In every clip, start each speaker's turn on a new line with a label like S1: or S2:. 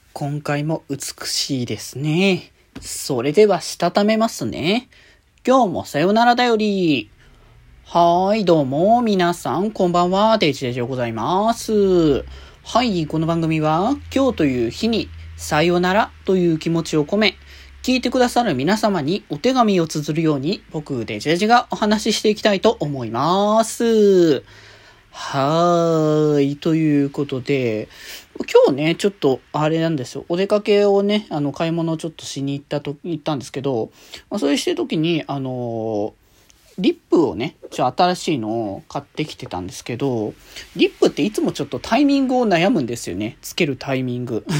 S1: 今回も美しいですね。それではしたためますね。今日もさよならだより。はーい、どうも、皆さん、こんばんは、デジデジでございます。はい、この番組は、今日という日に、さよならという気持ちを込め、聞いてくださる皆様にお手紙を綴るように、僕、デジデジがお話ししていきたいと思います。はーい。ということで、今日ね、ちょっと、あれなんですよ。お出かけをね、買い物をちょっとしに行ったんですけど、それしてる時に、リップをね、新しいのを買ってきてたんですけど、リップっていつもちょっとタイミングを悩むんですよね。つけるタイミング。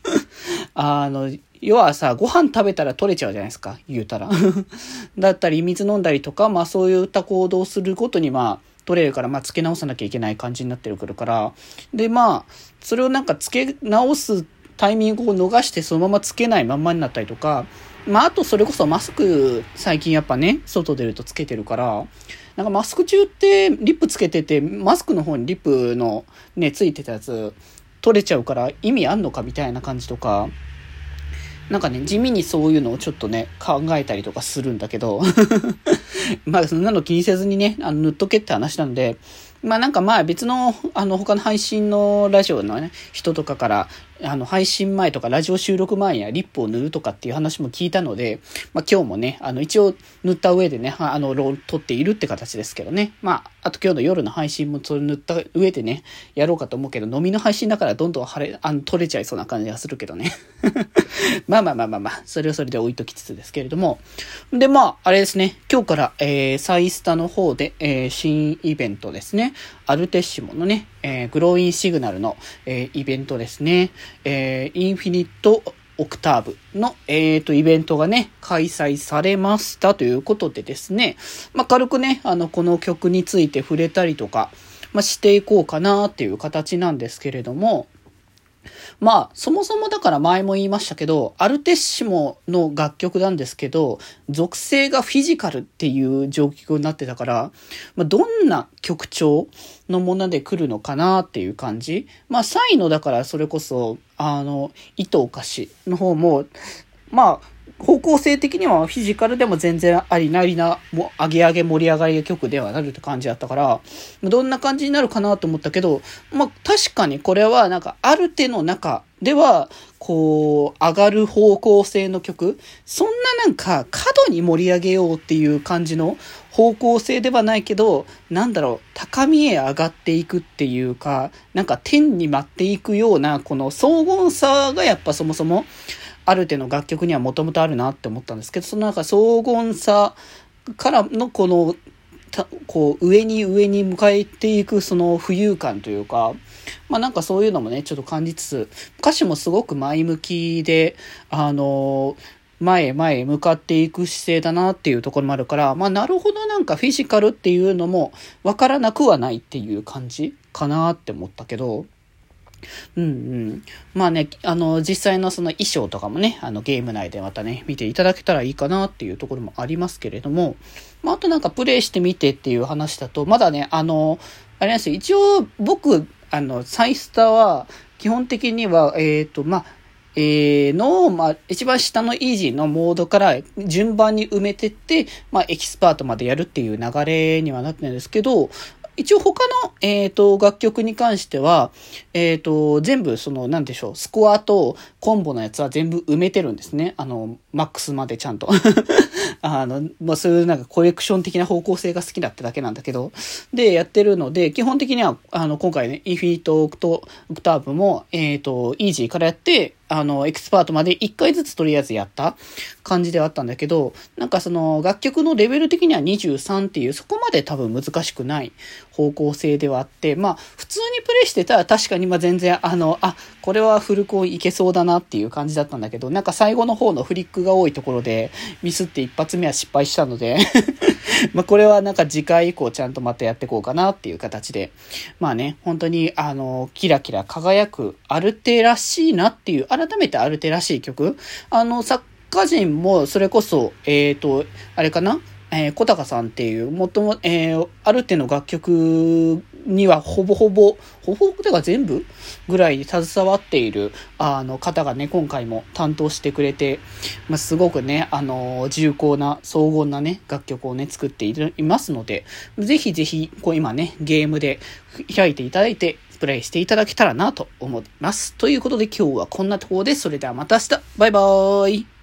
S1: 要はさ、ご飯食べたら取れちゃうじゃないですか、言うたら。だったり、水飲んだりとか、そういった行動をするごとに、取れるから、付け直さなきゃいけない感じになってくるから。で、それを付け直すタイミングを逃して、そのまま付けないまんまになったりとか、あとそれこそマスク、最近やっぱね、外出るとつけてるから、マスク中って、リップつけてて、マスクの方にリップのね、ついてたやつ、取れちゃうから意味あんのかみたいな感じとか、地味にそういうのをちょっとね、考えたりとかするんだけど、そんなの気にせずにね、塗っとけって話なんで、別の、他の配信のラジオのね、人とかから、配信前とかラジオ収録前にはリップを塗るとかっていう話も聞いたので、今日もね、一応塗った上でね、撮っているって形ですけどね。あと今日の夜の配信もそれ塗った上でね、やろうかと思うけど、飲みの配信だからどんどん取れちゃいそうな感じがするけどね。それはそれで置いときつつですけれども。で、あれですね、今日から、サイスタの方で、新イベントですね。アルテッシモのね、グローインシグナルの、イベントですね。インフィニットオクターブの、イベントがね、開催されましたということでですね。軽くね、この曲について触れたりとか、していこうかなっていう形なんですけれども、そもそもだから前も言いましたけど、アルテッシモの楽曲なんですけど、属性がフィジカルっていう状況になってたから、どんな曲調のもので来るのかなっていう感じ。サイのだからそれこそ、糸おかしの方も、方向性的にはフィジカルでも全然ありなりな、上げ上げ盛り上がり曲ではなるって感じだったから、どんな感じになるかなと思ったけど、確かにこれはある手の中では、上がる方向性の曲、そんな過度に盛り上げようっていう感じの方向性ではないけど、高みへ上がっていくっていうか、天に舞っていくような、この荘厳さがやっぱそもそも、ある程度の楽曲にはもともとあるなって思ったんですけど、その荘厳さからの上に上に向かっていくその浮遊感というか、そういうのもね、ちょっと感じつつ、歌詞もすごく前向きで、前へ向かっていく姿勢だなっていうところもあるから、なるほどフィジカルっていうのもわからなくはないっていう感じかなって思ったけど、実際のその衣装とかもね、ゲーム内でまたね、見ていただけたらいいかなっていうところもありますけれども、あとプレイしてみてっていう話だと、まだね、あれなんですよ、一応僕、サイスタは、基本的には、一番下のイージーのモードから順番に埋めてって、エキスパートまでやるっていう流れにはなってるんですけど、一応他の、楽曲に関しては、全部スコアとコンボのやつは全部埋めてるんですね。マックスまでちゃんと。そういうコレクション的な方向性が好きだっただけなんだけど、で、やってるので、基本的には、今回ね、インフィニットオクターブも、イージーからやって、エキスパートまで1回ずつとりあえずやった感じではあったんだけど、楽曲のレベル的には23っていう、そこまで多分難しくない方向性ではあって、普通にプレイしてたら確かに全然、これはフルコンいけそうだなっていう感じだったんだけど、最後の方のフリックが多いところでミスって一発目は失敗したので、これは次回以降ちゃんとまたやっていこうかなっていう形で、本当にキラキラ輝くアルテらしいなっていう、改めてアルテらしい曲、作家陣もそれこそ、あれかな、小高さんっていう、アルテの楽曲にはほぼほぼでは全部ぐらいに携わっている方がね、今回も担当してくれて、すごくね、重厚な荘厳なね、楽曲をね、作っていますので、ぜひぜひ、今ね、ゲームで開いていただいて、プレイしていただけたらなと思います。ということで今日はこんなところです。それではまた明日。バイバーイ。